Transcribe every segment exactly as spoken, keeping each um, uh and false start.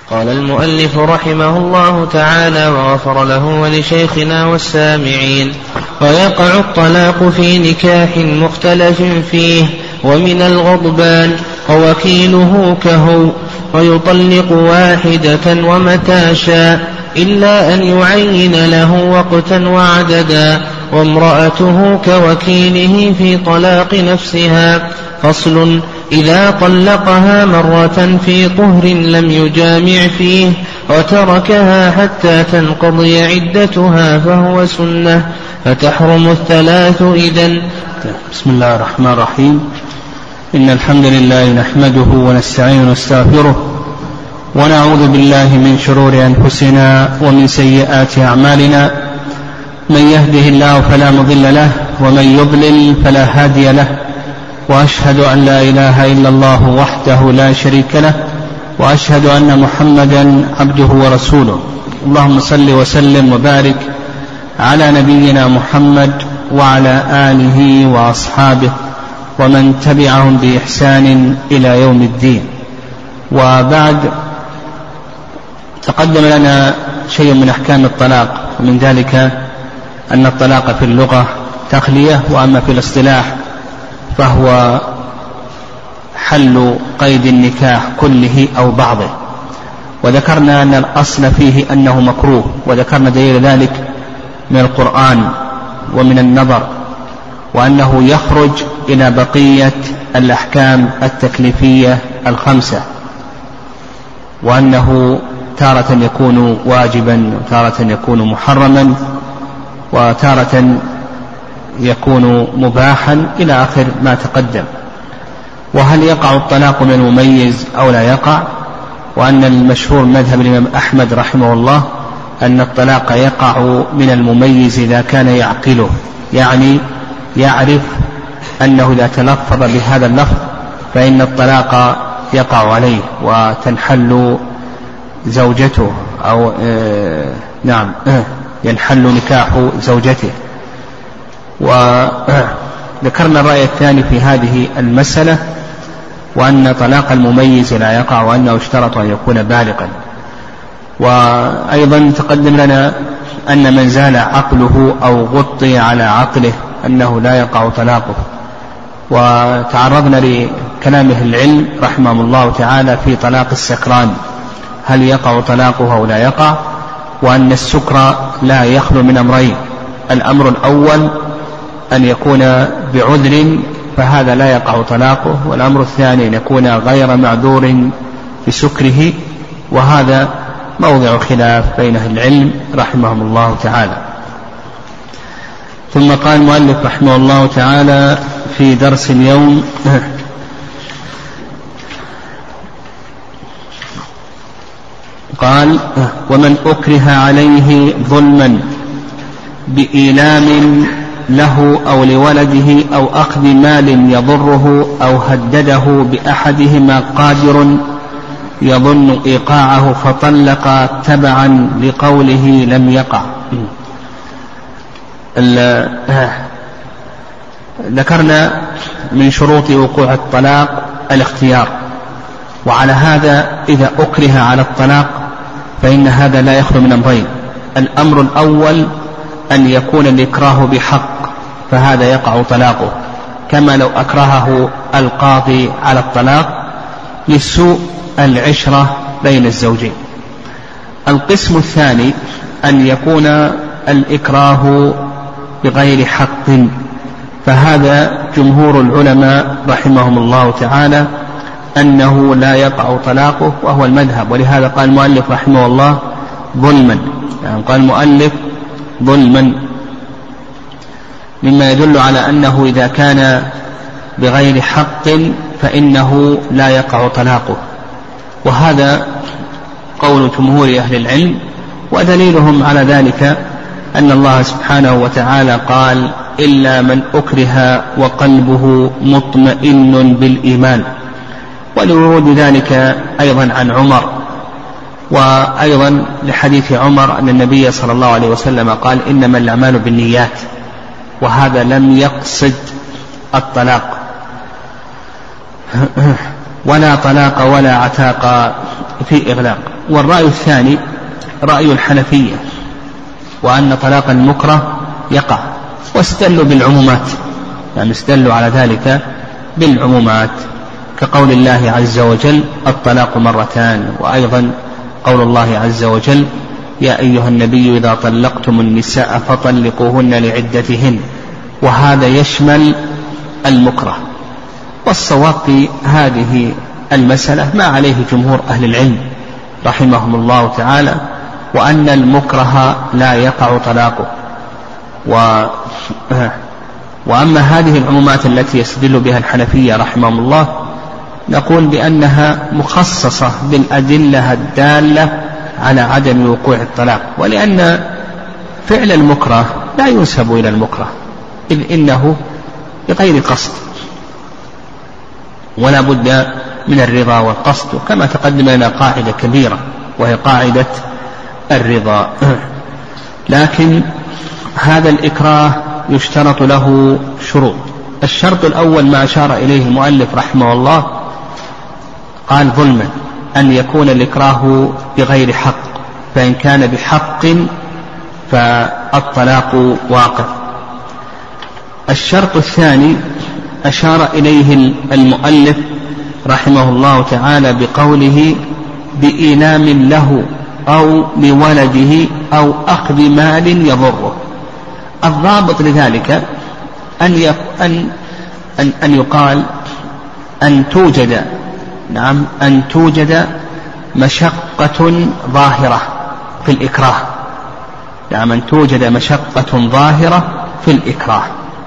قال المؤلف رحمه الله تعالى وغفر له ولشيخنا والسامعين: ويقع الطلاق في نكاح مختلف فيه ومن الغضبان ووكيله كهو، ويطلق واحدة ومتى شاء إلا أن يعين له وقتا وعددا، وامرأته كوكيله في طلاق نفسها. فصل: إذا طلقها مرة في طهر لم يجامع فيه وتركها حتى تنقضي عدتها فهو سنة، فتحرم الثلاث إذن. بسم الله الرحمن الرحيم. إن الحمد لله نحمده ونستعين ونستغفره ونعوذ بالله من شرور أنفسنا ومن سيئات أعمالنا، من يهده الله فلا مضل له ومن يضلل فلا هادي له، وأشهد أن لا إله إلا الله وحده لا شريك له، وأشهد أن محمدا عبده ورسوله. اللهم صل وسلم وبارك على نبينا محمد وعلى آله وأصحابه ومن تبعهم بإحسان إلى يوم الدين. وبعد، تقدم لنا شيء من أحكام الطلاق، ومن ذلك أن الطلاق في اللغة تخلية، وأما في الاصطلاح فهو حل قيد النكاح كله أو بعضه. وذكرنا أن الأصل فيه أنه مكروه، وذكرنا دليل ذلك من القرآن ومن النظر، وأنه يخرج إلى بقية الأحكام التكليفية الخمسة، وأنه تارة يكون واجبا وتارة يكون محرما وتارة يكون مباحا إلى آخر ما تقدم. وهل يقع الطلاق من المميز أو لا يقع؟ وأن المشهور مذهب الإمام أحمد رحمه الله أن الطلاق يقع من المميز إذا كان يعقله، يعني يعرف أنه إذا تلفظ بهذا اللفظ فإن الطلاق يقع عليه وتنحل زوجته، أو آه نعم آه ينحل نكاح زوجته. وذكرنا الرأي الثاني في هذه المسألة، وأن طلاق المميز لا يقع، وأنه اشترط أن يكون بالغا. وأيضا تقدم لنا أن من زال عقله أو غطي على عقله أنه لا يقع طلاقه. وتعرضنا لكلام أهل العلم رحمهم الله تعالى في طلاق السكران، هل يقع طلاقه أو لا يقع؟ وأن السكر لا يخلو من أمرين: الأمر الأول أن يكون بعذر فهذا لا يقع طلاقه، والأمر الثاني أن يكون غير معذور بسكره، وهذا موضع خلاف بين أهل العلم رحمهم الله تعالى. ثم قال المؤلف رحمه الله تعالى في درس اليوم: قال: ومن أكره عليه ظلما بإيلام له أو لولده أو أخذ مال يضره أو هدده بأحدهما قادر يظن إيقاعه فطلق تبعا لقوله لم يقع. ذكرنا من شروط وقوع الطلاق الاختيار، وعلى هذا إذا أكره على الطلاق فإن هذا لا يخلو من أمرين: الأمر الأول أن يكون الإكراه بحق فهذا يقع طلاقه، كما لو أكرهه القاضي على الطلاق لسوء العشرة بين الزوجين. القسم الثاني أن يكون الإكراه بغير حق، فهذا جمهور العلماء رحمهم الله تعالى أنه لا يقع طلاقه، وهو المذهب. ولهذا قال المؤلف رحمه الله ظلما، يعني قال المؤلف ظلما، مما يدل على أنه إذا كان بغير حق فإنه لا يقع طلاقه. وهذا قول جمهور أهل العلم، ودليلهم على ذلك أن الله سبحانه وتعالى قال: إلا من أكره وقلبه مطمئن بالإيمان. ولورود ذلك أيضا عن عمر، وأيضا لحديث عمر أن النبي صلى الله عليه وسلم قال: إنما الأعمال بالنيات، وهذا لم يقصد الطلاق. ولا طلاق ولا عتاق في إغلاق. والرأي الثاني رأي الحنفية، وأن طلاق المكره يقع، واستدلوا بالعمومات، يعني استدلوا على ذلك بالعمومات، كقول الله عز وجل الطلاق مرتان، وأيضا قول الله عز وجل يا أيها النبي إذا طلقتم النساء فطلقوهن لعدتهن، وهذا يشمل المكره. والصواب في هذه المسألة ما عليه جمهور أهل العلم رحمهم الله تعالى، وأن المكره لا يقع طلاقه. و... وأما هذه العمومات التي يستدل بها الحنفية رحمهم الله نقول بأنها مخصصة بالأدلة الدالة على عدم وقوع الطلاق، ولأن فعل المكره لا ينسب إلى المكره، إذ إنه بغير قصد، ولا بد من الرضا والقصد، كما تقدم لنا قاعدة كبيرة وهي قاعدة الرضا. لكن هذا الإكراه يشترط له شروط. الشرط الأول ما أشار إليه المؤلف رحمه الله، قال ظلما، أن يكون الإكراه بغير حق، فإن كان بحق فالطلاق واقع. الشرط الثاني أشار إليه المؤلف رحمه الله تعالى بقوله بإيلام له أو لولده أو أخذ مال يضره. الضابط لذلك أن أن أن يقال أن توجد نعم أن توجد مشقة ظاهرة في الإكراه، نعم أن توجد مشقة ظاهرة في الإكراه.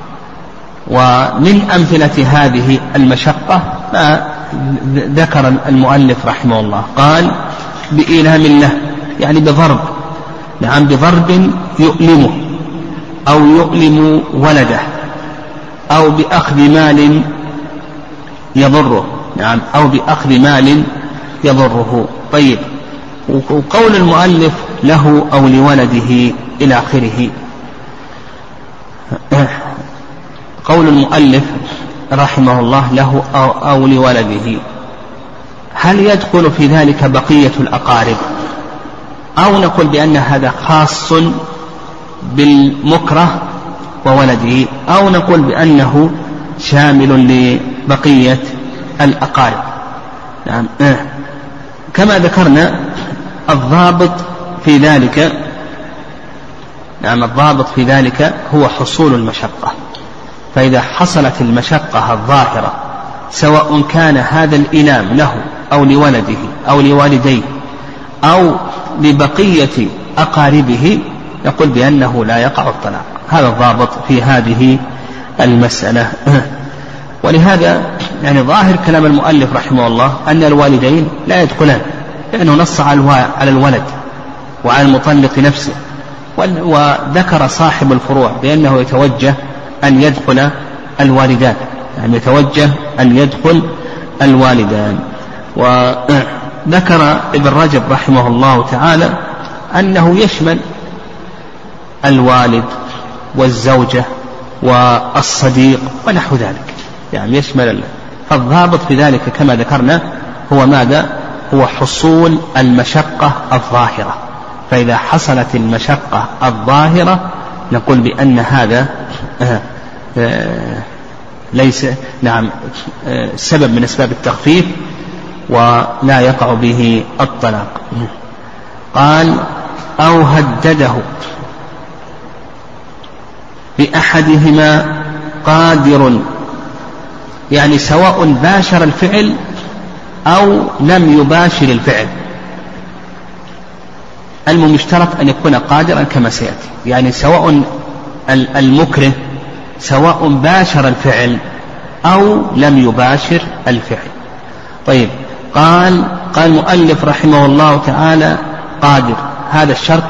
ومن أمثلة هذه المشقة ما ذكر المؤلف رحمه الله، قال بإيلام له، يعني بضرب، نعم بضرب يؤلمه أو يؤلم ولده، أو بأخذ مال يضره، نعم أو بأخذ مال يضره. طيب، وقول المؤلف له أو لولده إلى آخره، قول المؤلف رحمه الله له أو, أو لولده، هل يدخل في ذلك بقية الأقارب، أو نقول بأن هذا خاص بالمكره وولده، أو نقول بأنه شامل لبقية الأقارب؟ نعم. كما ذكرنا الضابط في ذلك نعم الضابط في ذلك هو حصول المشقة. فإذا حصلت المشقة الظاهرة، سواء كان هذا الإيلام له أو لولده أو لوالديه أو لبقية أقاربه، نقول بأنه لا يقع الطلاق. هذا الضابط في هذه المسألة. ولهذا يعني ظاهر كلام المؤلف رحمه الله أن الوالدين لا يدخلان، لأنه نص على الولد وعلى المطلق نفسه، وذكر صاحب الفروع بأنه يتوجه أن يدخل الوالدان، يعني يتوجه أن يدخل الوالدان. وذكر ابن رجب رحمه الله تعالى أنه يشمل الوالد والزوجة والصديق ونحو ذلك، يعني يشمل الله. فالضابط في ذلك كما ذكرنا هو ماذا؟ هو حصول المشقة الظاهرة. فإذا حصلت المشقة الظاهرة نقول بأن هذا ليس نعم سبب من أسباب التخفيف ولا يقع به الطلاق. قال أو هدده بأحدهما قادر، يعني سواء باشر الفعل أو لم يباشر الفعل، المشترط أن يكون قادرا كما سيأتي، يعني سواء المكره سواء باشر الفعل أو لم يباشر الفعل. طيب، قال قال المؤلف رحمه الله تعالى قادر. هذا الشرط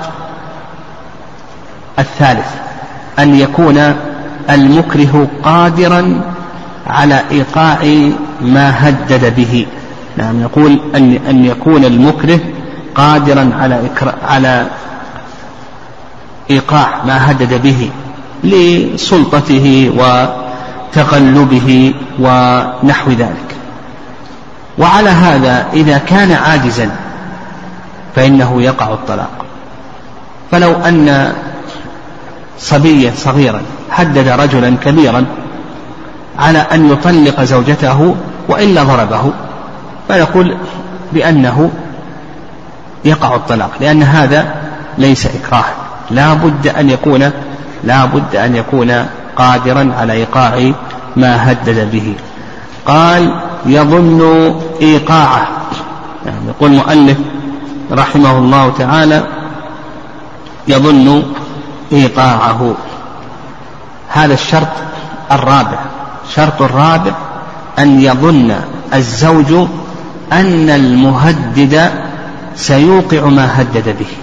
الثالث، أن يكون المكره قادرا على إيقاع ما هدد به. نعم، يقول أن أن يكون المكره قادرا على على إيقاع ما هدد به لسلطته وتغلبه ونحو ذلك. وعلى هذا إذا كان عاجزا فإنه يقع الطلاق. فلو أن صبيا صغيرا هدد رجلا كبيرا على أن يطلق زوجته وإلا ضربه، فنقول بأنه يقع الطلاق، لأن هذا ليس إكراه، لا بد أن يكون لا بد أن يكون قادرا على إيقاع ما هدد به. قال يظن إيقاعه، يعني يقول المؤلف رحمه الله تعالى يظن إيقاعه. هذا الشرط الرابع. شرط الرابع أن يظن الزوج أن المهدد سيوقع ما هدد به.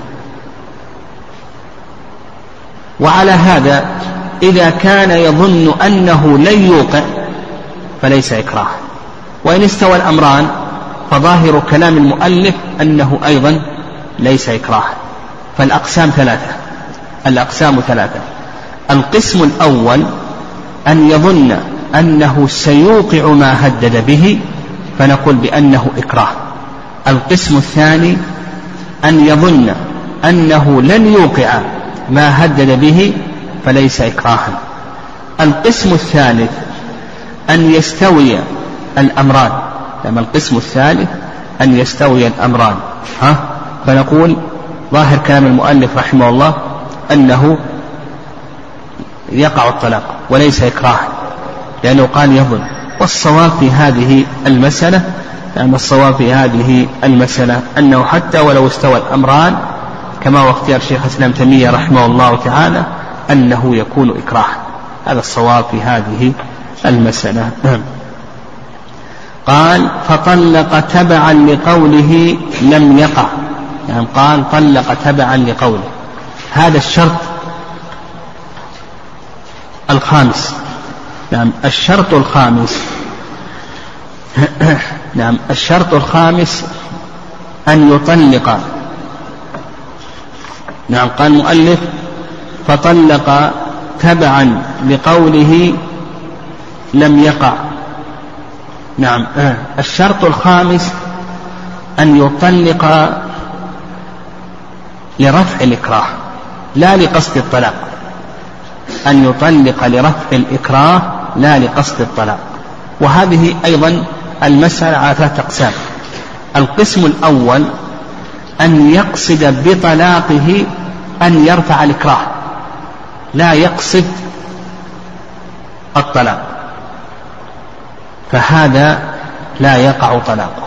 وعلى هذا إذا كان يظن أنه لن يوقع فليس إكراه. وإن استوى الأمران فظاهر كلام المؤلف أنه أيضا ليس إكراه. فالأقسام ثلاثة الأقسام ثلاثة القسم الأول أن يظن أنه سيوقع ما هدد به، فنقول بأنه إكراه. القسم الثاني أن يظن أنه لن يوقع ما هدد به، فليس إكراها. القسم الثالث أن يستوي الأمران. لما القسم الثالث أن يستوي الأمران، ها؟ فنقول ظاهر كلام المؤلف رحمه الله أنه يقع الطلاق وليس إكراها، لأنه قال يظن. والصواب في هذه المسألة يعني الصواب في هذه المسألة أنه حتى ولو استوى الأمران كما هو اختيار شيخ الإسلام تيمية رحمه الله تعالى أنه يكون إكراها. هذا الصواب في هذه المسألة. قال فطلق تبعا لقوله لم يقع، يعني قال طلق تبعا لقوله. هذا الشرط الخامس. نعم الشرط الخامس نعم الشرط الخامس أن يطلق. نعم قال المؤلف فطلق تبعا لقوله لم يقع. نعم الشرط الخامس أن يطلق لرفع الإكراه لا لقصد الطلاق. أن يطلق لرفع الإكراه لا لقصد الطلاق. وهذه أيضا المسألة على ثلاثة أقسام. القسم الأول أن يقصد بطلاقه أن يرفع الإكراه، لا يقصد الطلاق، فهذا لا يقع طلاقه.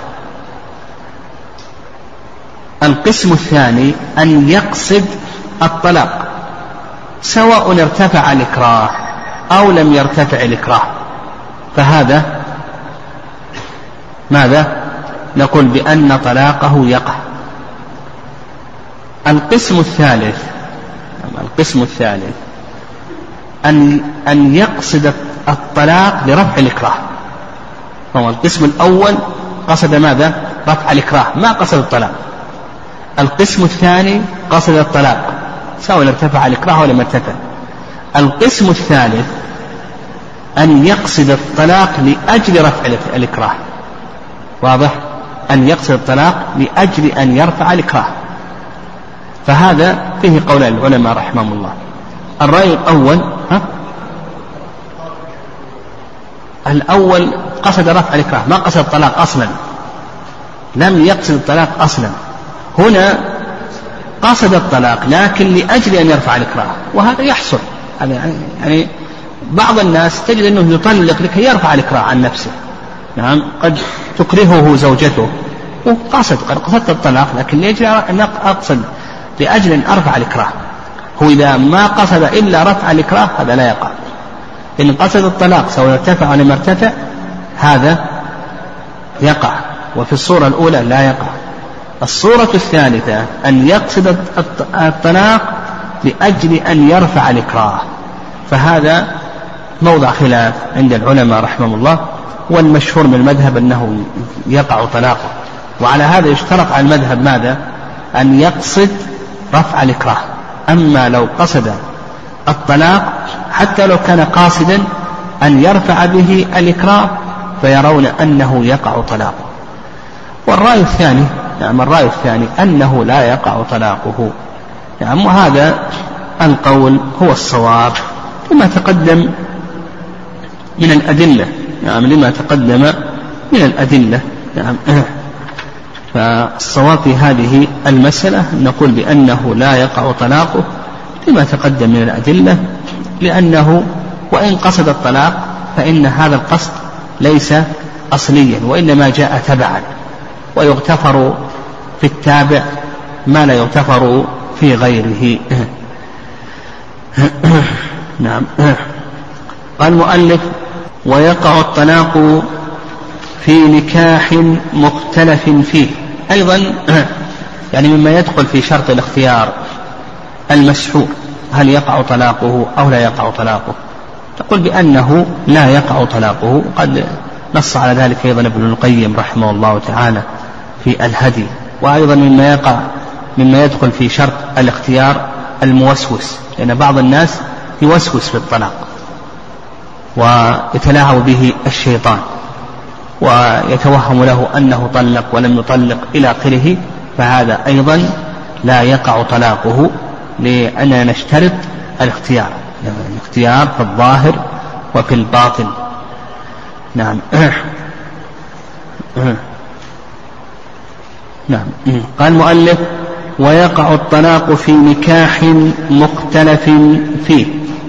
القسم الثاني أن يقصد الطلاق سواء ارتفع الإكراه أو لم يرتفع الإكراه، فهذا ماذا؟ نقول بأن طلاقه يقع. القسم الثالث القسم الثالث أن أن يقصد الطلاق لرفع الإكراه. هو القسم الأول قصد ماذا؟ رفع الإكراه، ما قصد الطلاق. القسم الثاني قصد الطلاق سواء ارتفع الإكراه ولا ما ارتفع. القسم الثالث أن يقصد الطلاق لأجل رفع الإكراه. واضح؟ أن يقصد الطلاق لأجل أن يرفع الإكراه. فهذا فيه قول العلماء رحمهم الله. الرأي الأول ها؟ الأول قصد رفع الإكراه، ما قصد الطلاق أصلا، لم يقصد الطلاق أصلا. هنا قصد الطلاق لكن لأجل أن يرفع الإكراه، وهذا يحصل. يعني بعض الناس تجد أنه يطلق لكي يرفع الإكراه عن نفسه. نعم قد تكرهه زوجته وقصد قد قصدت الطلاق لكن لأجل أن أقصد لأجل أن أرفع الإكراه. هو إذا ما قصد إلا رفع الإكراه هذا لا يقع. إن قصد الطلاق سواء ارتفع أو لم يرتفع هذا يقع، وفي الصورة الأولى لا يقع. الصورة الثالثة أن يقصد الطلاق لأجل أن يرفع الإكراه، فهذا موضع خلاف عند العلماء رحمهم الله. والمشهور من المذهب أنه يقع طلاقه. وعلى هذا يشترط على المذهب ماذا؟ أن يقصد رفع الإكراه. أما لو قصد الطلاق حتى لو كان قاصدا أن يرفع به الإكراه فيرون أنه يقع طلاقه. والرأي الثاني نعم الرأي الثاني أنه لا يقع طلاقه. نعم وهذا القول هو الصواب لما تقدم من الأدلة. نعم لما تقدم من الأدلة. نعم فالصواب في هذه المسألة نقول بأنه لا يقع طلاقه لما تقدم من الأدلة، لأنه وإن قصد الطلاق فإن هذا القصد ليس أصليا وإنما جاء تبعا، ويغتفر في التابع ما لا يغتفر في غيره. نعم. قال المؤلف ويقع الطلاق في نكاح مختلف فيه. أيضا يعني مما يدخل في شرط الاختيار المسحور، هل يقع طلاقه أو لا يقع طلاقه؟ تقول بأنه لا يقع طلاقه، قد نص على ذلك أيضا ابن القيم رحمه الله تعالى في الهدي. وأيضا مما يقع مما يدخل في شرط الاختيار الموسوس، لأن بعض الناس يوسوس في الطلاق ويتلاعب به الشيطان ويتوهم له أنه طلق ولم يطلق إلى آخره، فهذا أيضا لا يقع طلاقه، لأننا نشترط الاختيار، يعني الاختيار في الظاهر وفي الباطن. نعم. نعم. قال المؤلف ويقع الطلاق في نكاح مختلف فيه.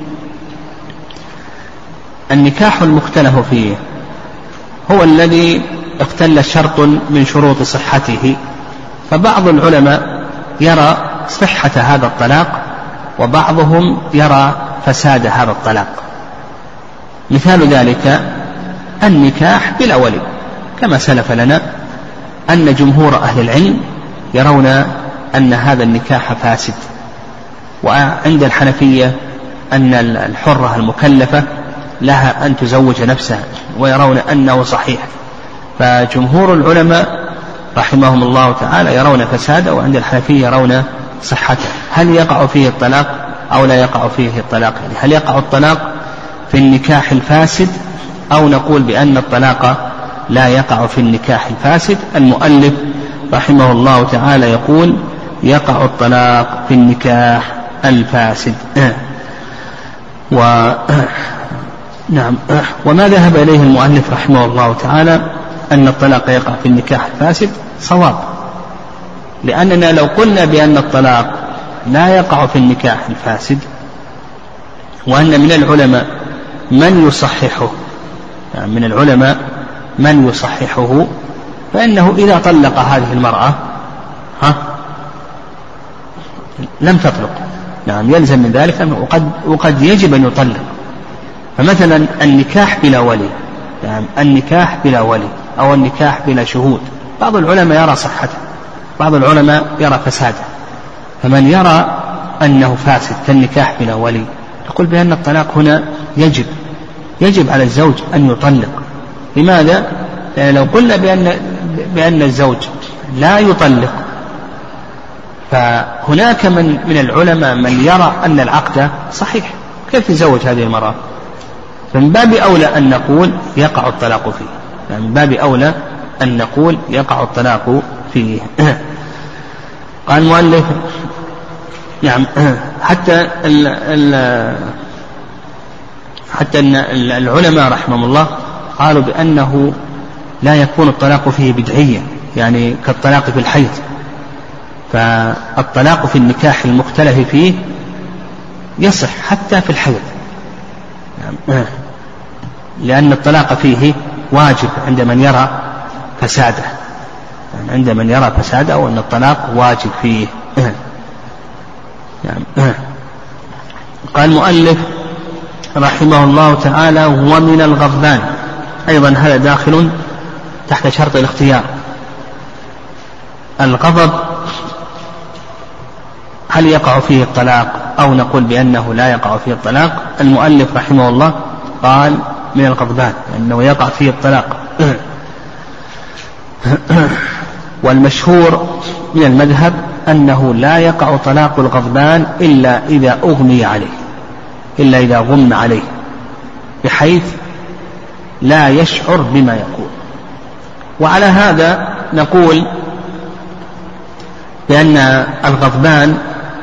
النكاح المختلف فيه هو الذي اختل شرط من شروط صحته، فبعض العلماء يرى صحة هذا الطلاق وبعضهم يرى فساد هذا الطلاق. مثال ذلك النكاح بلا ولي، كما سلف لنا أن جمهور أهل العلم يرون أن هذا النكاح فاسد، وعند الحنفية أن الحرة المكلفة لها أن تزوج نفسها ويرون أنه صحيح. فجمهور العلماء رحمهم الله تعالى يرون فساده، وعند الحنفية يرون صحته. هل يقع فيه الطلاق أو لا يقع فيه الطلاق؟ يعني هل يقع الطلاق في النكاح الفاسد أو نقول بأن الطلاق لا يقع في النكاح الفاسد؟ المؤلف رحمه الله تعالى يقول يقع الطلاق في النكاح الفاسد. و نعم. وما ذهب إليه المؤلف رحمه الله تعالى أن الطلاق يقع في النكاح الفاسد صواب، لأننا لو قلنا بأن الطلاق لا يقع في النكاح الفاسد وأن من العلماء من يصححه، يعني من العلماء من يصححه، فإنه إذا طلق هذه المرأة ها لم تطلق. نعم يلزم من ذلك وقد, وقد يجب أن يطلق. فمثلا النكاح بلا ولي، يعني النكاح بلا ولي أو النكاح بلا شهود، بعض العلماء يرى صحته، بعض العلماء يرى فساده. فمن يرى أنه فاسد كالنكاح بلا ولي يقول بأن الطلاق هنا يجب يجب على الزوج أن يطلق. لماذا؟ لأن لو قلنا بأن, بأن الزوج لا يطلق فهناك من, من العلماء من يرى أن العقد صحيح، كيف يزوج هذه المرأة؟ فمن باب أولى أن نقول يقع الطلاق فيه، يعني من باب أولى أن نقول يقع الطلاق فيه. قال المؤلف يعني حتى ال ال حتى أن العلماء رحمهم الله قالوا بأنه لا يكون الطلاق فيه بدعيا، يعني كالطلاق في الحيض. فالطلاق في النكاح المختلف فيه يصح حتى في الحيض، لأن الطلاق فيه واجب عند من يرى فساده، يعني عند من يرى فساده وأن الطلاق واجب فيه. يعني قال المؤلف رحمه الله تعالى ومن الغضبان، أيضا هذا داخل تحت شرط الاختيار. الغضب هل يقع فيه الطلاق أو نقول بأنه لا يقع فيه الطلاق؟ المؤلف رحمه الله قال من الغضبان أنه يقع فيه الطلاق. والمشهور من المذهب أنه لا يقع طلاق الغضبان إلا إذا أغمي عليه، إلا إذا غم عليه بحيث لا يشعر بما يقول. وعلى هذا نقول بأن الغضبان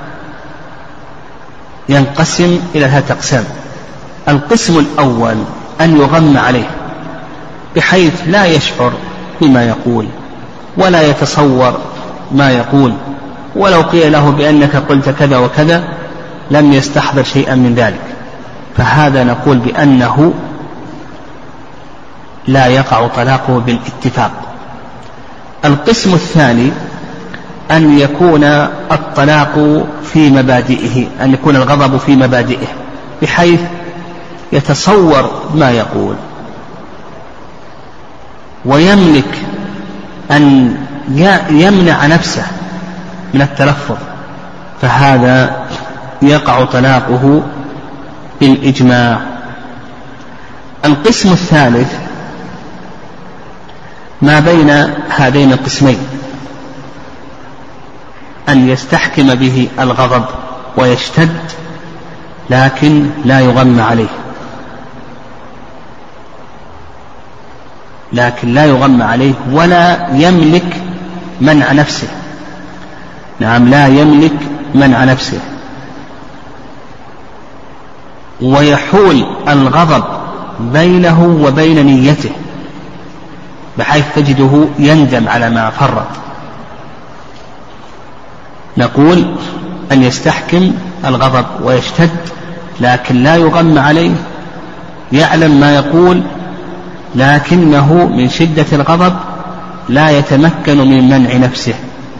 ينقسم إلى ثلاثة أقسام. القسم الأول أن يغم عليه بحيث لا يشعر بما يقول ولا يتصور ما يقول، ولو قيل له بأنك قلت كذا وكذا لم يستحضر شيئا من ذلك، فهذا نقول بأنه لا يقع طلاقه بالاتفاق. القسم الثاني أن يكون الطلاق في مبادئه، أن يكون الغضب في مبادئه بحيث يتصور ما يقول ويملك أن يمنع نفسه من التلفظ، فهذا يقع طلاقه بالإجماع. القسم الثالث ما بين هذين القسمين، أن يستحكم به الغضب ويشتد لكن لا يغم عليه، لكن لا يغم عليه ولا يملك منع نفسه. نعم، لا يملك منع نفسه، ويحول الغضب بينه وبين نيته بحيث تجده يندم على ما فرط. نقول أن يستحكم الغضب ويشتد لكن لا يغم عليه، يعلم ما يقول لكنه من شدة الغضب لا يتمكن من منع نفسه،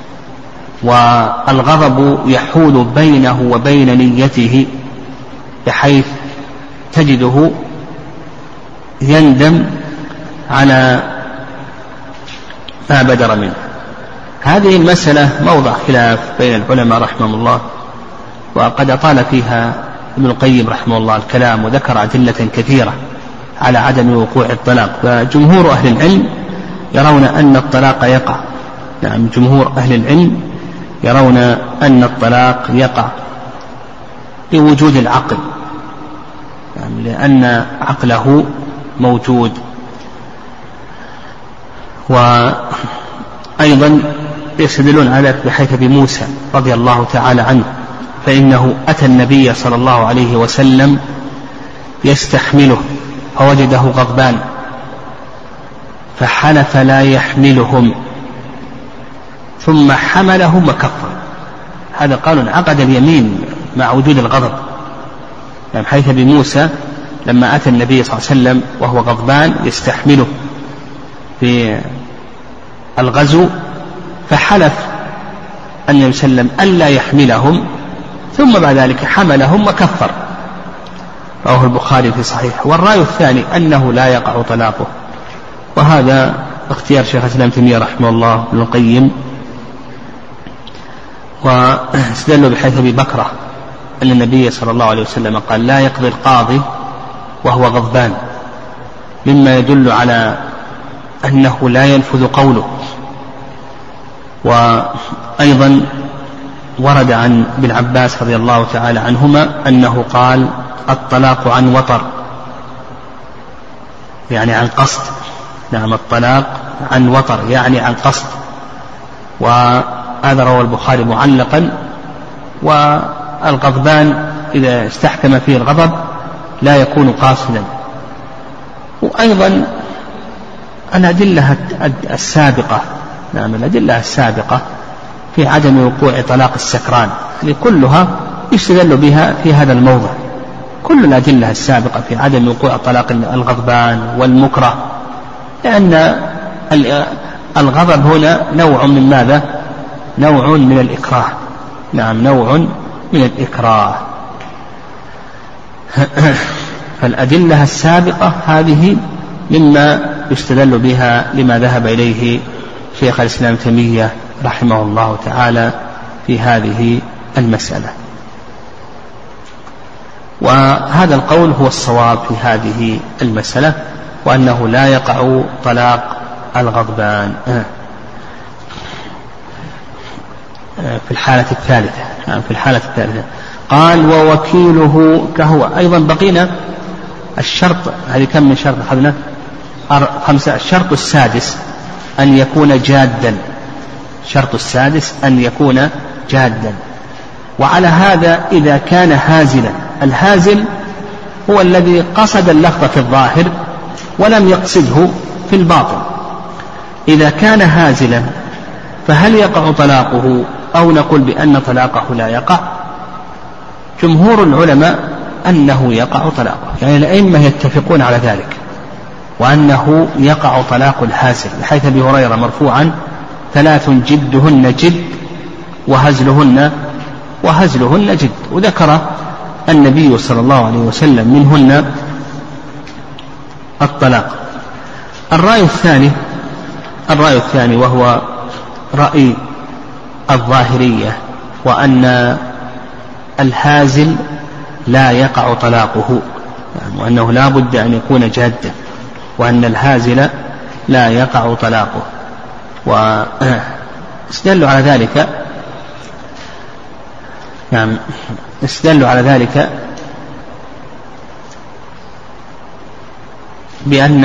والغضب يحول بينه وبين نيته بحيث تجده يندم على ما بدر منه. هذه المسألة موضع خلاف بين العلماء رحمهم الله، وقد أطال فيها ابن القيم رحمه الله الكلام وذكر أدلة كثيرة على عدم وقوع الطلاق. فجمهور أهل العلم يرون أن الطلاق يقع. نعم، جمهور أهل العلم يرون أن الطلاق يقع لوجود العقل، يعني لأن عقله موجود. وأيضا يستدلون على ذلك بحيث بموسى رضي الله تعالى عنه، فإنه أتى النبي صلى الله عليه وسلم يستحمله فوجده غضبان فحلف لا يحملهم ثم حملهم وكفر. هذا قال عقد اليمين مع وجود الغضب، يعني حيث بموسى لما أتى النبي صلى الله عليه وسلم وهو غضبان يستحمله في الغزو فحلف النبي صلى الله عليه وسلم ألا يحملهم ثم بعد ذلك حملهم وكفر، رواه البخاري في صحيح. والرأي الثاني أنه لا يقع طلاقه، وهذا اختيار شيخ الإسلام تيمية رحمه الله ابن القيم، واستدلوا بحيث أبي بكرة أن النبي صلى الله عليه وسلم قال لا يقضي القاضي وهو غضبان، مما يدل على أنه لا ينفذ قوله. وأيضا ورد عن ابن عباس رضي الله تعالى عنهما أنه قال الطلاق عن وطر، يعني عن قصد. نعم، الطلاق عن وطر يعني عن قصد، وهذا رواه البخاري معلقا. والغضبان إذا استحكم فيه الغضب لا يكون قاصدا. وأيضا الأدلة السابقة، نعم الأدلة السابقة في عدم وقوع طلاق السكران كلها يستدل بها في هذا الموضع، كل الأدلة السابقة في عدم وقوع طلاق الغضبان والمكره، لأن الغضب هنا نوع من ماذا؟ نوع من الإكراه. نعم، نوع من الإكراه. فالأدلة السابقة هذه مما يستدل بها لما ذهب إليه شيخ الإسلام تيمية رحمه الله تعالى في هذه المسألة. وهذا القول هو الصواب في هذه المسألة، وأنه لا يقع طلاق الغضبان في الحالة الثالثة. في الحالة الثالثة قال ووكيله كهو. أيضا بقينا الشرط، هذه كم من شرط أخذنا؟ خمسة. الشرط السادس أن يكون جادا، الشرط السادس أن يكون جادا. وعلى هذا إذا كان هازلا، الهازل هو الذي قصد اللفظ في الظاهر ولم يقصده في الباطن. إذا كان هازلا فهل يقع طلاقه أو نقول بأن طلاقه لا يقع؟ جمهور العلماء أنه يقع طلاقه، يعني الأئمة يتفقون على ذلك، وأنه يقع طلاق الهازل، حيث أبي هريرة مرفوعا: ثلاث جدهن جد وهزلهن وهزلهن جد. وذكر النبي صلى الله عليه وسلم منهن الطلاق. الرأي الثاني الرأي الثاني وهو رأي الظاهرية، وأن الهازل لا يقع طلاقه، يعني وأنه لا بد أن يكون جادا، وأن الهازل لا يقع طلاقه. واستدلوا على ذلك يعني استدلوا على ذلك بأن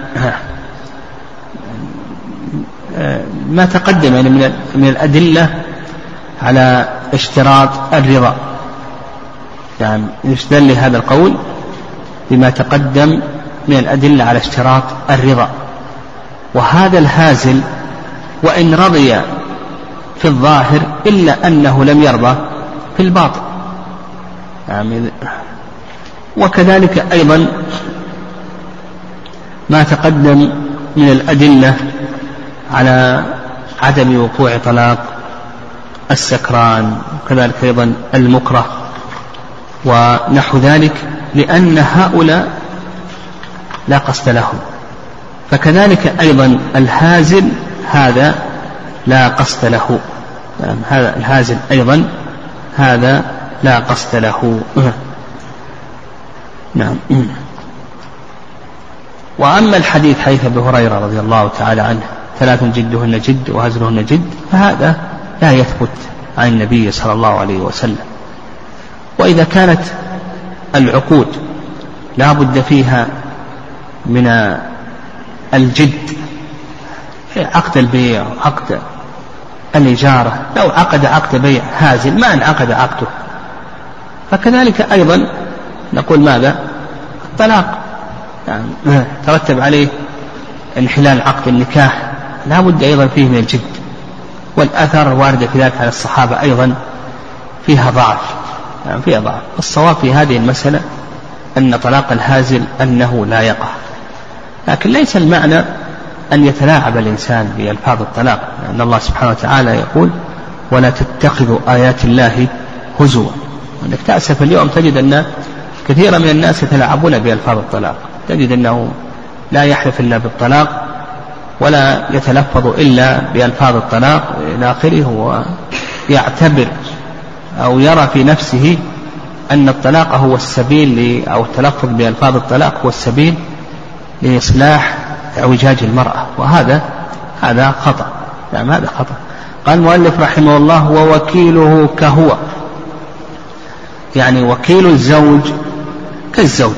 ما تقدم يعني من الأدلة على اشتراط الرضا، يعني يستدل هذا القول بما تقدم من الأدلة على اشتراط الرضا. وهذا الهازل وإن رضي في الظاهر إلا أنه لم يرضى في الباطن. يعني وكذلك أيضا ما تقدم من الأدلة على عدم وقوع طلاق السكران، وكذلك أيضا المكره ونحو ذلك، لأن هؤلاء لا قصد لهم. فكذلك أيضا الهازل هذا لا قصد له، يعني هذا الهازل أيضا هذا لا قصد له. نعم. وأما الحديث حيث أبي هريرة رضي الله تعالى عنه: ثلاث جدهن جد وهزلهن جد، فهذا لا يثبت عن النبي صلى الله عليه وسلم. وإذا كانت العقود لا بد فيها من الجد، عقد البيع عقد الإجارة، لو عقد عقد بيع هازل ما انعقد عقده، فكذلك أيضا نقول ماذا؟ الطلاق يعني ترتب عليه انحلال عقد النكاح، لا بد أيضا فيه من الجد. والأثر واردة في ذلك على الصحابة أيضا فيها ضعف، يعني فيها ضعف. الصواب في هذه المسألة أن طلاق الهازل أنه لا يقع، لكن ليس المعنى أن يتلاعب الإنسان بألفاظ الطلاق، لأن الله سبحانه وتعالى يقول: ولا تتخذوا آيات الله هزوا. وأنك تأسف اليوم تجد أن كثيرا من الناس يتلاعبون بألفاظ الطلاق، تجد أنه لا يحلف إلا بالطلاق ولا يتلفظ إلا بألفاظ الطلاق إلى آخره، ويعتبر أو يرى في نفسه أن الطلاق هو السبيل أو التلفظ بألفاظ الطلاق هو السبيل لإصلاح اعوجاج المرأة، وهذا هذا خطأ، يعني هذا خطأ. قال المؤلف رحمه الله: ووكيله كهو، يعني وكيل الزوج كالزوج،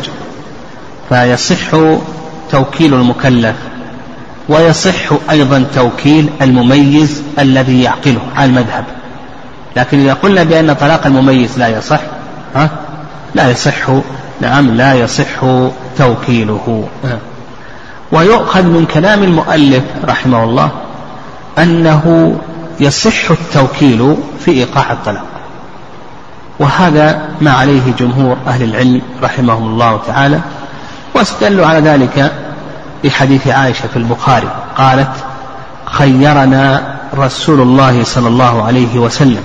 فيصح توكيل المكلف ويصح أيضا توكيل المميز الذي يعقله على المذهب. لكن إذا قلنا بأن طلاق المميز لا يصح، ها؟ لا يصح، نعم لا يصح توكيله. ويؤخذ من كلام المؤلف رحمه الله أنه يصح التوكيل في إيقاع الطلاق، وهذا ما عليه جمهور أهل العلم رحمهم الله تعالى. واستدلوا على ذلك بحديث عائشة في البخاري قالت: خيرنا رسول الله صلى الله عليه وسلم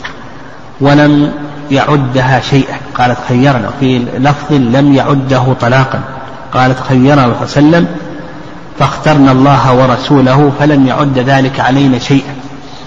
ولم يعدها شيئا. قالت خيرنا، في لفظ لم يعده طلاقا، قالت خيرنا صلى الله عليه وسلم فاخترنا الله ورسوله فلم يعد ذلك علينا شيئا.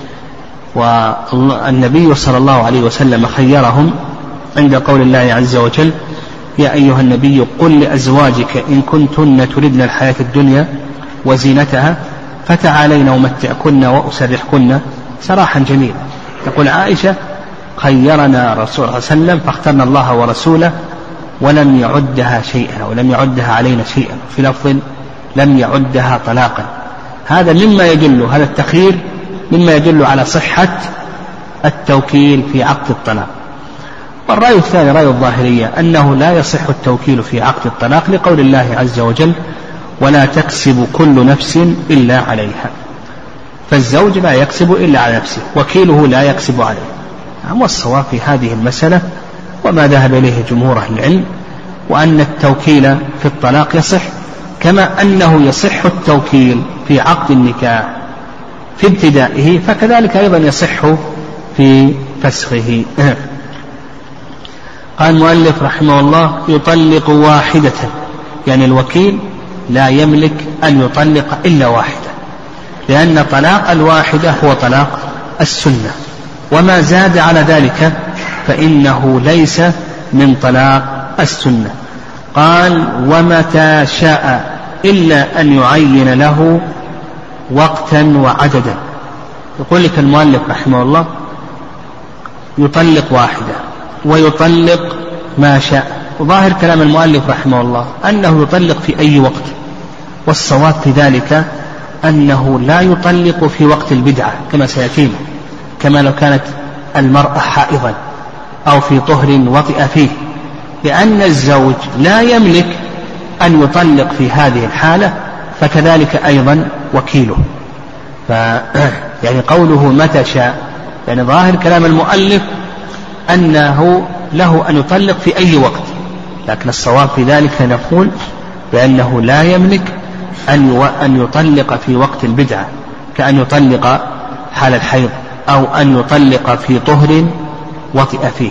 والنبي صلى الله عليه وسلم خيرهم عند قول الله عز وجل: يا أيها النبي قل لأزواجك إن كنتن تردن الحياة الدنيا وزينتها فتعالين أمتعكن وأسرحكن سراحا جميلا. تقول عائشة: خيرنا رسول الله صلى الله عليه وسلم فاخترنا الله ورسوله ولم يعدها شيئا، أو لم يعدها علينا شيئا، في لفظ لم يعدها طلاقا. هذا مما يدل، هذا التخيير مما يدل على صحة التوكيل في عقد الطلاق. والرأي الثاني رأي الظاهرية أنه لا يصح التوكيل في عقد الطلاق لقول الله عز وجل ولا تكسب كل نفس إلا عليها، فالزوج لا يكسب إلا على نفسه، وكيله لا يكسب عليه. والصواب في هذه المسألة وما ذهب إليه جمهور أهل العلم وأن التوكيل في الطلاق يصح، كما أنه يصح التوكيل في عقد النكاح في ابتدائه، فكذلك أيضا يصح في فسخه. قال المؤلف رحمه الله يطلق واحدة، يعني الوكيل لا يملك أن يطلق إلا واحدة، لأن طلاق الواحدة هو طلاق السنة، وما زاد على ذلك فإنه ليس من طلاق السنة. قال ومتى شاء إلا أن يعين له وقتا وعددا. يقول لك المؤلف رحمه الله يطلق واحدة ويطلق ما شاء، وظاهر كلام المؤلف رحمه الله أنه يطلق في أي وقت، والصواب في ذلك أنه لا يطلق في وقت البدعة كما سيأتينا، كما لو كانت المرأة حائضا أو في طهر وطئ فيه، لأن الزوج لا يملك أن يطلق في هذه الحالة، فكذلك أيضا وكيله. ف يعني قوله متى شاء، يعني ظاهر كلام المؤلف أنه له أن يطلق في أي وقت، لكن الصواب في ذلك نقول بأنه لا يملك أن يطلق في وقت البدعة، كأن يطلق حال الحيض أو أن يطلق في طهر وطئ فيه.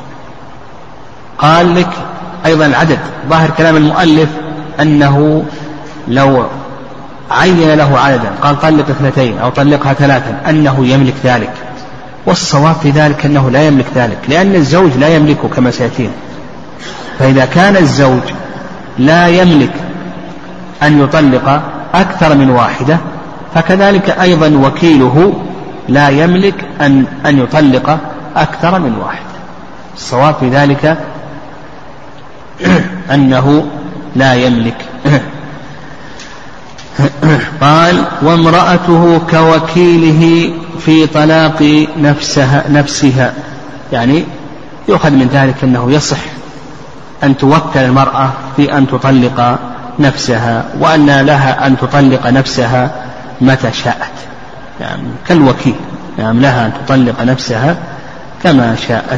قال لك أيضا العدد، ظاهر كلام المؤلف أنه لو عين له عددا قال طلق اثنتين أو طلقها ثلاثا أنه يملك ذلك، والصواب في ذلك أنه لا يملك ذلك، لأن الزوج لا يملكه كما سيأتينا. فإذا كان الزوج لا يملك أن يطلق أكثر من واحدة، فكذلك أيضا وكيله لا يملك أن, أن يطلق أكثر من واحدة. الصواب في ذلك أنه لا يملك. قال وامرأته كوكيله في طلاق نفسها, نفسها يعني يؤخذ من ذلك أنه يصح أن توكل المرأة في أن تطلق نفسها، وأن لها أن تطلق نفسها متى شاءت، يعني كالوكيل، يعني لها أن تطلق نفسها كما شاءت.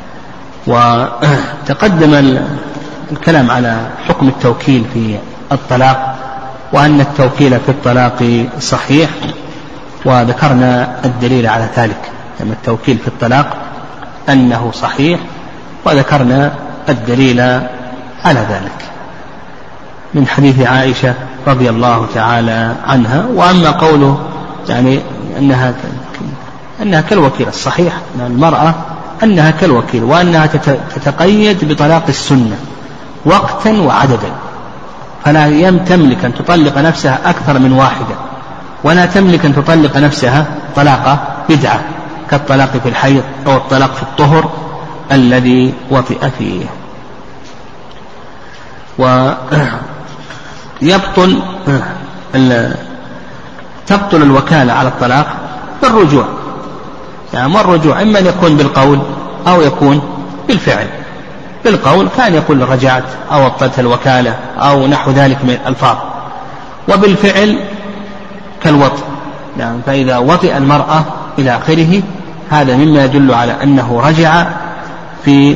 وتقدم الكلام على حكم التوكيل في الطلاق، وأن التوكيل في الطلاق صحيح، وذكرنا الدليل على ذلك، يعني التوكيل في الطلاق أنه صحيح، وذكرنا الدليل على ذلك من حديث عائشة رضي الله تعالى عنها. وأما قوله يعني أنها أنها كالوكيل، الصحيح أن المرأة أنها كالوكيل، وأنها تتقيد بطلاق السنة وقتا وعددا، فلا تملك أن تطلق نفسها أكثر من واحدة، ولا تملك أن تطلق نفسها طلاق بدعة كالطلاق في الحيض أو الطلاق في الطهر الذي وطئ فيه. ويبطل تبطل الوكالة على الطلاق بالرجوع، يعني والرجوع إما أن يكون بالقول أو يكون بالفعل. بالقول كان يقول رجعت أو أبطلت الوكالة أو نحو ذلك من الألفاظ، وبالفعل كالوطء، يعني فإذا وطئ المرأة إلى آخره هذا مما يدل على أنه رجع في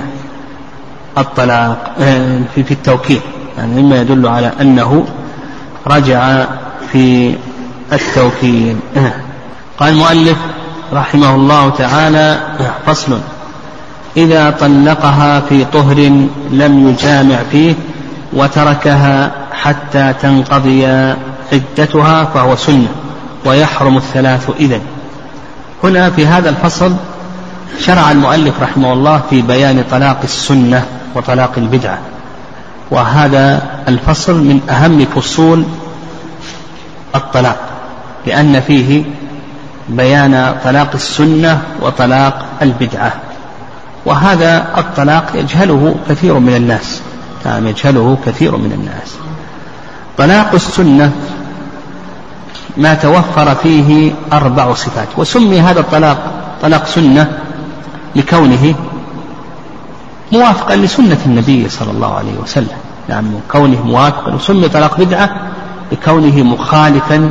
الطلاق في, في التوكيل، يعني مما يدل على أنه رجع في التوكيل. قال المؤلف رحمه الله تعالى فصل: إذا طلقها في طهر لم يجامع فيه وتركها حتى تنقضي عدتها فهو سنة ويحرم الثلاث إذن. هنا في هذا الفصل شرع المؤلف رحمه الله في بيان طلاق السنة وطلاق البدعة، وهذا الفصل من أهم فصول الطلاق، لأن فيه بيان طلاق السنة وطلاق البدعة. وهذا الطلاق يجهله كثير من الناس، يعني يجهله كثير من الناس. طلاق السنة ما توفر فيه أربع صفات. وسمي هذا الطلاق طلاق سنة لكونه موافقا لسنة النبي صلى الله عليه وسلم، يعني كونه موافقا. وسمي طلاق بدعة لكونه مخالفا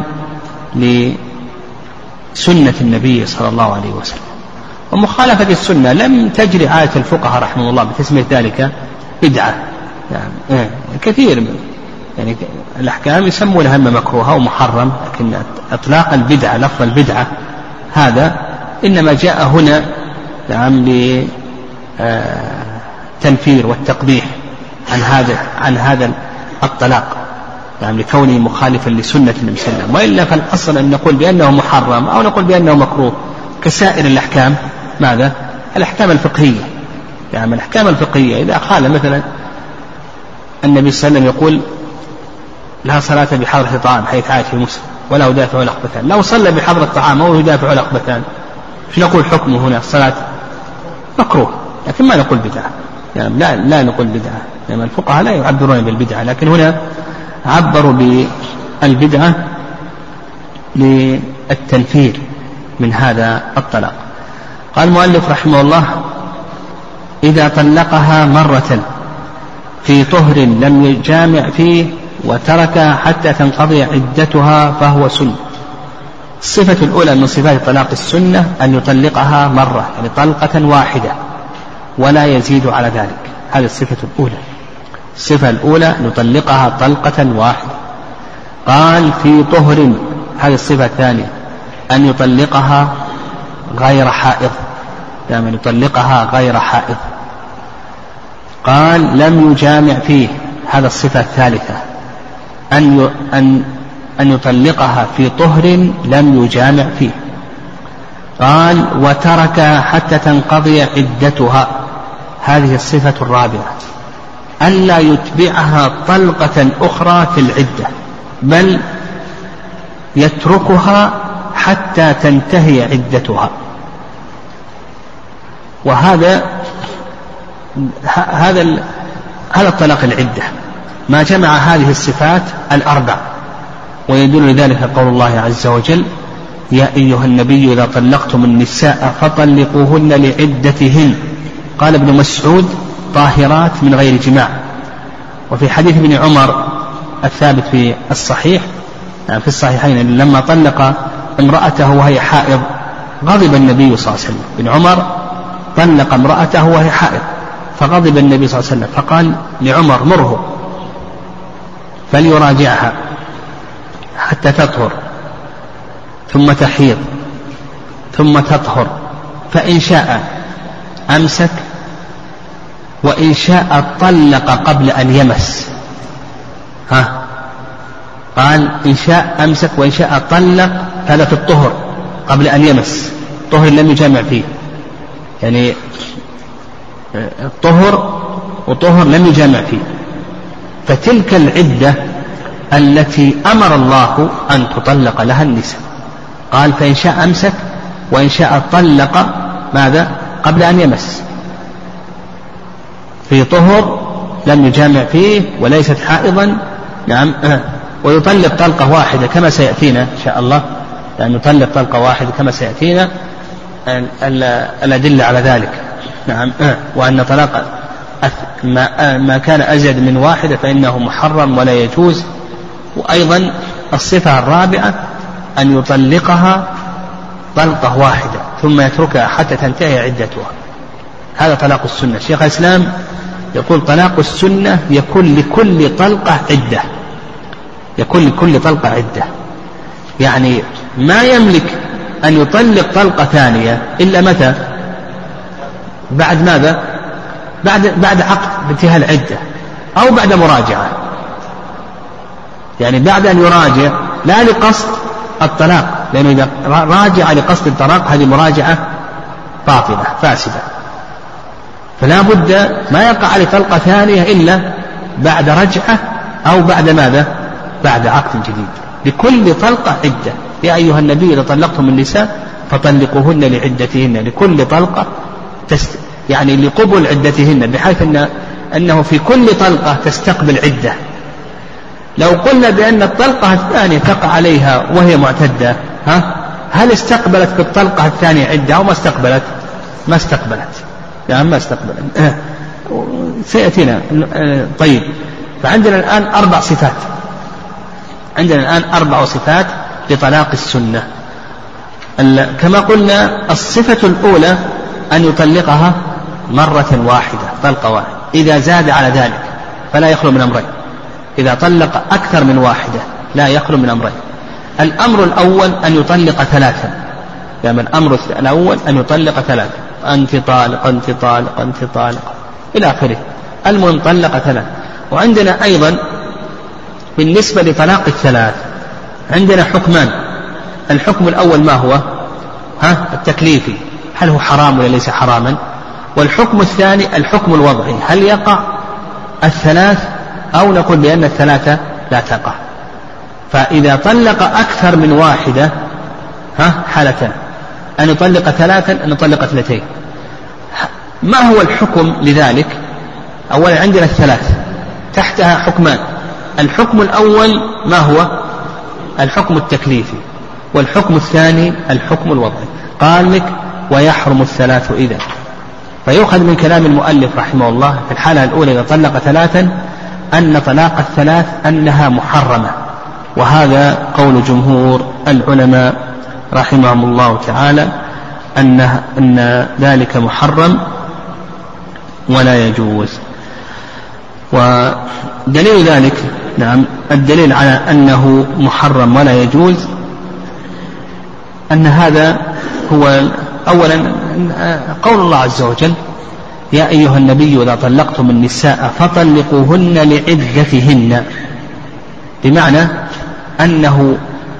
لسنة النبي صلى الله عليه وسلم. ومخالفة السنة لم تجري عادة الفقهاء رحمه الله بتسمية ذلك بدعة، يعني كثير من يعني الأحكام يسمونها إما مكروهة ومحرم، لكن إطلاق البدعة لفظ البدعة هذا إنما جاء هنا نعم للتنفير والتقبيح عن هذا عن هذا الطلاق، يعني لكونه مخالفا لسنة النبي صلى الله عليه وسلم. وإلا فالأصل أن نقول بأنه محرم أو نقول بأنه مكروه كسائر الأحكام. ماذا؟ الأحكام الفقهية، يعني الأحكام الفقهية إذا قال مثلا النبي صلى الله عليه وسلم يقول لا صلاة بحضرة طعام حيث عاد في مسلم ولا يدافع الأخبثان، لو صلى بحضرة طعام أو يدافع الأخبثان شو نقول حكمه هنا؟ الصلاة مكروه، لكن ما نقول بدعة، يعني لا, لا نقول بدعة، يعني الفقهاء لا يعبرون بالبدعة، لكن هنا عبروا بالبدعة للتنفير من هذا الطلاق. قال المؤلف رحمه الله: إذا طلقها مرة في طهر لم يجامع فيه وتركها حتى تنقضي عدتها فهو سنة. الصفة الأولى من صفات طلاق السنة أن يطلقها مرة، يعني طلقة واحدة ولا يزيد على ذلك. هذه الصفة الأولى. الصفة الأولى أن يطلقها طلقة واحدة. قال في طهر. هذه الصفة الثانية أن يطلقها غير حائض، يعني يطلقها غير حائض. قال لم يجامع فيه. هذا الصفة الثالثة أن أن أن يطلقها في طهر لم يجامع فيه. قال وتركها حتى تنقضي عدتها. هذه الصفة الرابعة ألا يتبعها طلقة أخرى في العدة، بل يتركها حتى تنتهي عدتها. وهذا هذا هذا الطلاق العدة ما جمع هذه الصفات الأربع. ويدل لذلك قول الله عز وجل: يا أيها النبي إذا طلقتم النساء فطلقوهن لعدتهن. قال ابن مسعود: طاهرات من غير جماع. وفي حديث ابن عمر الثابت في الصحيح في الصحيحين لما طلق امرأته وهي حائض غضب النبي صلى الله عليه وسلم. ابن عمر طلق امرأته وهي حائض فغضب النبي صلى الله عليه وسلم فقال لعمر: مره فليراجعها حتى تطهر ثم تحيض ثم تطهر، فإن شاء أمسك وإن شاء طلق قبل أن يمس. ها قال إن شاء أمسك وإن شاء طلق. هذا في الطهر قبل أن يمس، طهر لم يجامع فيه، يعني الطهر وطهر لم يجامع فيه. فتلك العدة التي أمر الله أن تطلق لها النساء. قال فإن شاء أمسك وإن شاء طلق ماذا؟ قبل أن يمس، في طهر لم يجامع فيه وليست حائضا. نعم. ويطلق طلقة واحدة كما سيأتينا إن شاء الله، يعني يطلق طلقة واحدة كما سيأتينا الأدلة على ذلك. نعم. وأن طلاق ما كان أزيد من واحدة فإنه محرم ولا يجوز. وأيضا الصفة الرابعة أن يطلقها طلقة واحدة ثم يتركها حتى تنتهي عدتها. هذا طلاق السنة. شيخ الإسلام يقول طلاق السنة يكون لكل طلقة عدة، يكون لكل طلقة عدة، يعني ما يملك أن يطلق طلقة ثانية إلا متى؟ بعد ماذا؟ بعد بعد عقد بانتهاء العدة أو بعد مراجعة، يعني بعد أن يراجع لا لقصد الطلاق، لأنه إذا راجع لقصد الطلاق هذه مراجعة باطلة فاسدة، فلا بد ما يقع عليه طلقة ثانية إلا بعد رجعة أو بعد ماذا؟ بعد عقد جديد. لكل طلقة عدة. يا أيها النبي إذا طلقتم النساء فطلقوهن لعدتهن. لكل طلقة تست... يعني لقبل عدتهن، بحيث أن... أنه في كل طلقة تستقبل عدة. لو قلنا بأن الطلقة الثانية تقع عليها وهي معتدة، ها هل استقبلت في الطلقة الثانية عدة أو ما استقبلت؟ ما استقبلت، يعني ما استقبلت. سيأتينا. طيب، فعندنا الآن أربع صفات، عندنا الآن أربع صفات لطلاق السنة. كما قلنا الصفة الأولى أن يطلقها مرة واحدة، طلقة واحدة. إذا زاد على ذلك فلا يخلو من أمرين، إذا طلق أكثر من واحدة لا يخلو من أمرين. الأمر الأول أن يطلق ثلاثا، يعني الأمر الأول أن يطلق ثلاثا، أنت طالق أنت طالق أنت طالق إلى آخره. المهم طلق ثلاث. وعندنا أيضا بالنسبة لطلاق الثلاث عندنا حكمان. الحكم الأول ما هو؟ ها التكليفي، هل هو حرام ولا ليس حراما؟ والحكم الثاني الحكم الوضعي، هل يقع الثلاث أو نقول بأن الثلاثة لا تقع. فإذا طلق أكثر من واحدة ها حالتان، أن يطلق ثلاثا أن يطلق اثنتين. ما هو الحكم لذلك؟ أولا عندنا الثلاث تحتها حكمان. الحكم الأول ما هو؟ الحكم التكليفي، والحكم الثاني الحكم الوضعي. قال لك ويحرم الثلاث إذا، فيؤخذ من كلام المؤلف رحمه الله في الحالة الأولى إذا طلق ثلاثا أن طلاق الثلاث أنها محرمة، وهذا قول جمهور العلماء رحمهم الله تعالى أن أن ذلك محرم ولا يجوز. ودليل ذلك نعم الدليل على أنه محرم ولا يجوز أن هذا هو أولا قول الله عز وجل يا أيها النبي إذا طلقتم النساء فطلقوهن لعدتهن، بمعنى أنه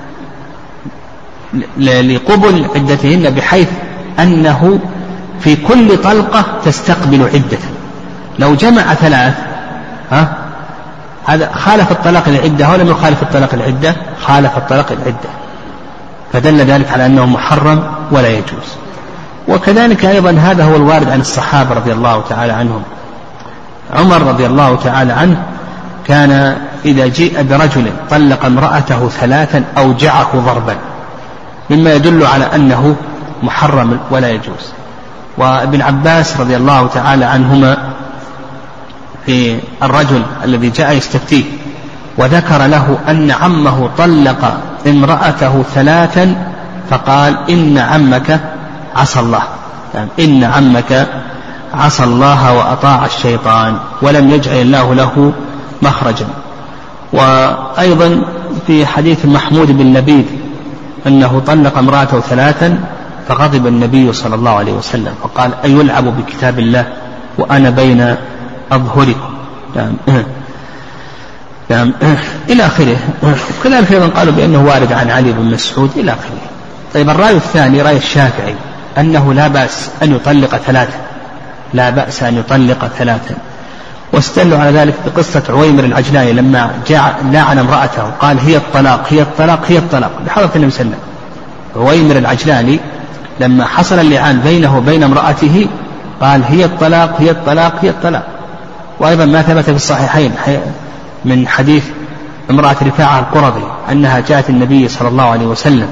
لقبل عدتهن بحيث أنه في كل طلقة تستقبل عدة. لو جمع ثلاث ها هذا خالف الطلاق العدة ولم يخالف الطلاق العدة، خالف الطلاق العدة، فدل ذلك على أنه محرم ولا يجوز. وكذلك أيضا هذا هو الوارد عن الصحابة رضي الله تعالى عنهم. عمر رضي الله تعالى عنه كان إذا جيء برجل طلق امرأته ثلاثا أوجعه ضربا، مما يدل على أنه محرم ولا يجوز. وابن عباس رضي الله تعالى عنهما في الرجل الذي جاء يستفتيه وذكر له أن عمه طلق امرأته ثلاثا فقال إن عمك عصى الله، يعني إن عمك عصى الله وأطاع الشيطان ولم يجعل الله له مخرجا. وأيضا في حديث محمود بن لبيد أنه طلق امرأته ثلاثا فغضب النبي صلى الله عليه وسلم فقال أيلعب بكتاب الله وأنا بين أظهركم، يعني يعني إلى آخره. كذلك أيضا قالوا بأنه وارد عن علي بن مسعود إلى آخره. طيب الرأي الثاني رأي الشافعي أنه لا بأس أن يطلق ثلاثة، لا بأس أن يطلق ثلاثا، واستدلوا على ذلك بقصة عويمر العجلاني لما جاء لعن امرأته قال هي الطلاق هي الطلاق هي الطلاق بحضرة النبي صلى الله عليه وسلم. عويمر العجلاني لما حصل اللعان بينه وبين امرأته قال هي الطلاق هي الطلاق هي الطلاق. وأيضا ما ثبت في الصحيحين من حديث امرأة رفاعة القرظي أنها جاءت النبي صلى الله عليه وسلم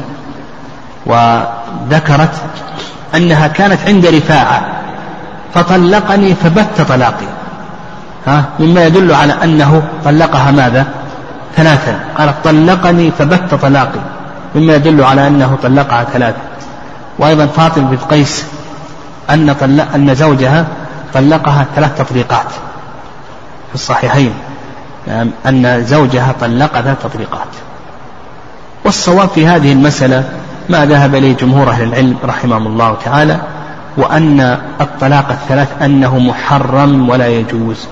وذكرت أنها كانت عند رفاعة فطلقني فبت طلاقي، ها مما يدل على أنه طلقها ماذا؟ ثلاثا. قالت طلقني فبت طلاقي، مما يدل على أنه طلقها ثلاثا. وأيضا فاطمة بنت قيس أن, طلق أن زوجها طلقها ثلاث تطليقات في الصحيحين، يعني أن زوجها طلق ثلاث تطليقات. والصواب في هذه المسألة ما ذهب إليه جمهور أهل العلم رحمهم الله تعالى، وأن الطلاق الثلاث أنه محرم ولا يجوز.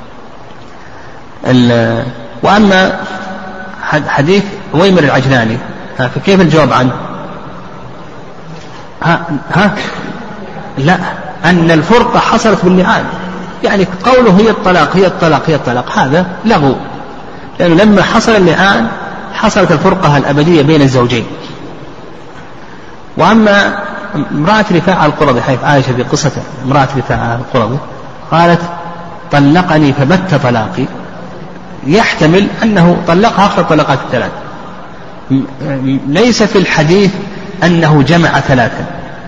وأما حديث عويمر العجلاني فكيف الجواب عنه؟ ها, ها لا أن الفرقة حصلت باللعان، يعني قوله هي الطلاق هي الطلاق هي الطلاق هذا لغو، لأنه لما حصل اللعان حصلت الفرقة الأبدية بين الزوجين. وأما امرأة رفاعة القرظي حيث عائشة في قصة امرأة رفاعة القرظي قالت طلقني فبت طلاقي، يحتمل أنه طلقها أكثر طلقات الثلاث، ليس في الحديث أنه جمع ثلاثا.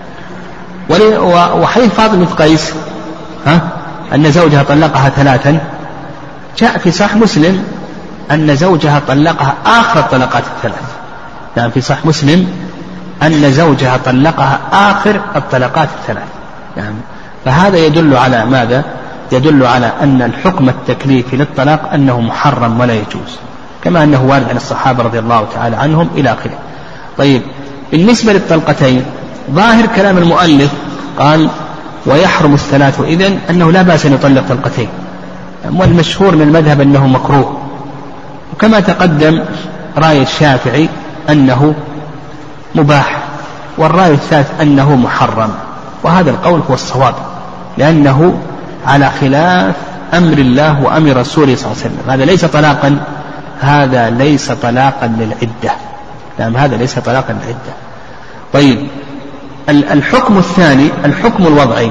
وحديث فاطمة بنت قيس ها أن زوجها طلقها ثلاثا جاء في صحيح مسلم أن زوجها طلقها آخر طلقات الثلاث. يعني في صحيح مسلم أن زوجها طلقها آخر الطلقات الثلاث. يعني فهذا يدل على ماذا؟ يدل على أن الحكم التكليفي للطلاق أنه محرم ولا يجوز، كما أنه وارد عن الصحابة رضي الله تعالى عنهم إلى آخره. طيب بالنسبة للطلقتين ظاهر كلام المؤلف قال ويحرم الثلاث، إذن أنه لا بأس أن يطلق طلقتين، والمشهور من المذهب أنه مكروه، وكما تقدم رأي الشافعي أنه مباح، والرأي الثالث أنه محرم، وهذا القول هو الصواب لأنه على خلاف أمر الله وأمر رسوله صلى الله عليه وسلم. هذا ليس طلاقا هذا ليس طلاقا للعدة، نعم هذا ليس طلاقا للعدة. طيب الحكم الثاني الحكم الوضعي،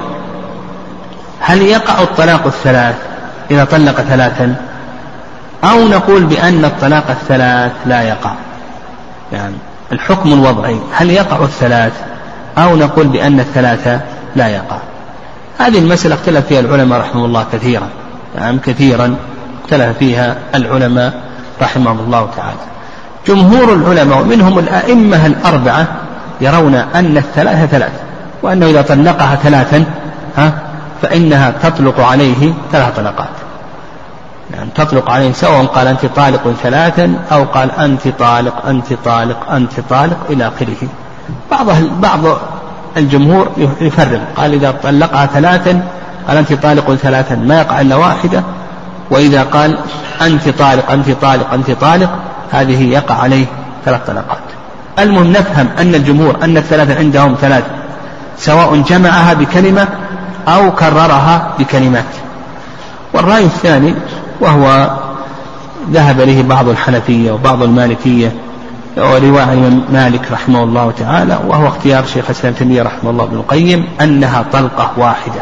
هل يقع الطلاق الثلاث إذا طلق ثلاثا، أو نقول بأن الطلاق الثلاث لا يقع؟ يعني الحكم الوضعي هل يقع الثلاث أو نقول بأن الثلاثة لا يقع؟ هذه المسألة اختلف فيها العلماء رحمه الله كثيرا، يعني كثيرا اختلف فيها العلماء رحمهم الله تعالى. جمهور العلماء ومنهم الأئمة الأربعة يرون أن الثلاثة ثلاث، وأنه إذا طلقها ثلاثا ها فإنها تطلق عليه ثلاث طلقات، يعني تطلق عليه سواء قال أنت طالق ثلاثا أو قال أنت طالق أنت طالق أنت طالق إلى آخره. بعض بعض الجمهور يفرق، قال إذا طلقها ثلاثا قال أنت طالق ثلاثا ما يقع إلا واحدة، وإذا قال أنت طالق أنت طالق أنت طالق هذه يقع عليه ثلاث طلقات. المهم نفهم أن الجمهور أن الثلاثة عندهم ثلاث، سواء جمعها بكلمة أو كررها بكلمات. والرأي الثاني وهو ذهب إليه بعض الحنفية وبعض المالكية ورواية عن مالك رحمه الله تعالى، وهو اختيار شيخ الإسلام تيمية رحمه الله ابن القيم أنها طلقة واحدة.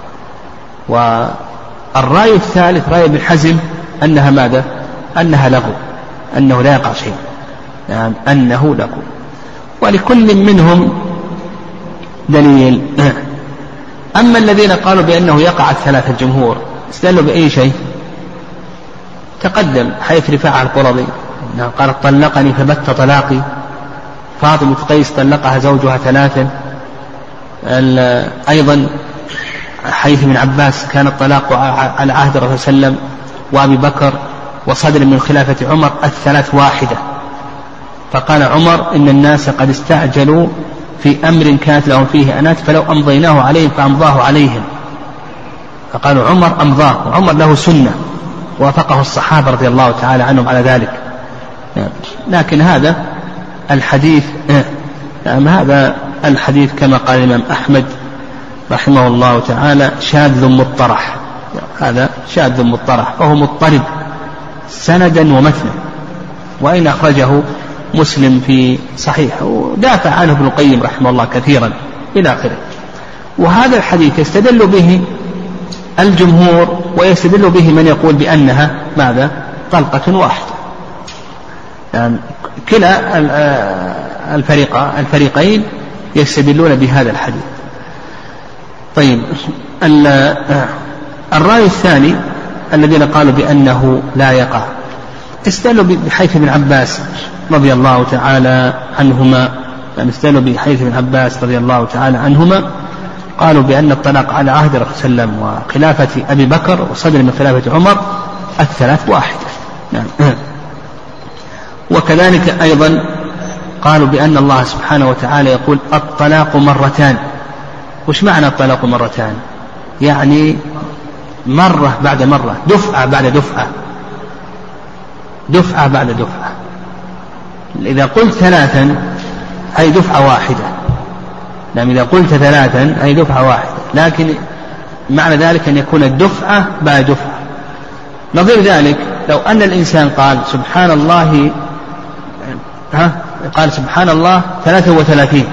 والرأي الثالث رأي ابن حزم أنها ماذا؟ أنها لغو، أنه لا يقع شيء، يعني أنه لغو. ولكل منهم دليل. أما الذين قالوا بأنه يقع الثلاثة الجمهور استدلوا بأي شيء؟ تقدم حيث رفاعة القرظي قالت طلقني فبت طلاقي، فاطمة قيس طلقها زوجها ثلاثا، أيضا حيث ابن عباس كان الطلاق على عهد الرسول صلى الله عليه وسلم وأبي بكر وصدر من خلافة عمر الثلاث واحدة، فقال عمر إن الناس قد استعجلوا في أمر كانت لهم فيه أنات فلو أمضيناه عليهم فأمضاه عليهم، فقالوا عمر أمضاه، وعمر له سنة وافقه الصحابة رضي الله تعالى عنهم على ذلك. لكن هذا الحديث هذا الحديث كما قال الإمام أحمد رحمه الله تعالى شاذ مضطرح، هذا شاذ مضطرح وهو مضطرب سندا ومتنا، وإن أخرجه مسلم في صحيح ودافع عنه ابن القيم رحمه الله كثيرا إلى آخره. وهذا الحديث يستدل به الجمهور ويستدل به من يقول بأنها ماذا؟ طلقة واحدة. يعني كلا الفريقين يستدلون بهذا الحديث. طيب الرأي الثاني الذين قالوا بأنه لا يقع استدلوا بحيث ابن عباس رضي الله تعالى عنهما، يعني استدلوا بحيث ابن عباس رضي الله تعالى عنهما قالوا بأن الطلاق على عهد الرسول صلى الله عليه وسلم وخلافة أبي بكر وصدر من خلافة عمر الثلاث واحدة. نعم. وكذلك أيضا قالوا بأن الله سبحانه وتعالى يقول الطلاق مرتان. وش معنى الطلاق مرتان؟ يعني مرة بعد مرة، دفعة بعد دفعة، دفعة بعد دفعة. إذا قلت ثلاثا أي دفعة واحدة، نعم إذا قلت ثلاثا أي دفعة واحدة، لكن معنى ذلك أن يكون الدفعة بعد دفعة. نظير ذلك لو أن الإنسان قال سبحان الله ها قال سبحان الله ثلاثة وثلاثين،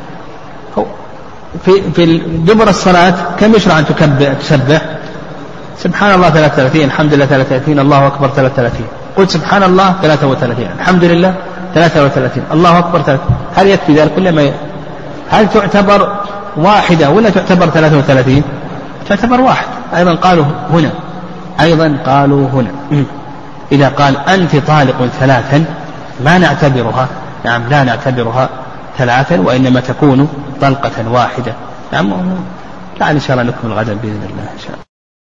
في في دبر الصلاة كم يشرع أن تكبر تسبح؟ سبحان الله ثلاثة وثلاثين، الحمد لله ثلاثة وثلاثين، الله أكبر ثلاثة وثلاثين، قلت سبحان الله ثلاثة وثلاثين، الحمد لله ثلاثة وثلاثين، الله أكبر ثلاثة، هل يكفي ذلك كل ما ي... هل تعتبر واحدة ولا تعتبر ثلاثة وثلاثين؟ تعتبر واحد. أيضا قالوا هنا أيضا قالوا هنا إذا قال أنت طالق ثلاثا ما نعتبرها، نعم لا نعتبرها ثلاثا وإنما تكون طلقة واحدة. نعم لا إن شاء الله نكمل غدا بإذن الله إن شاء الله.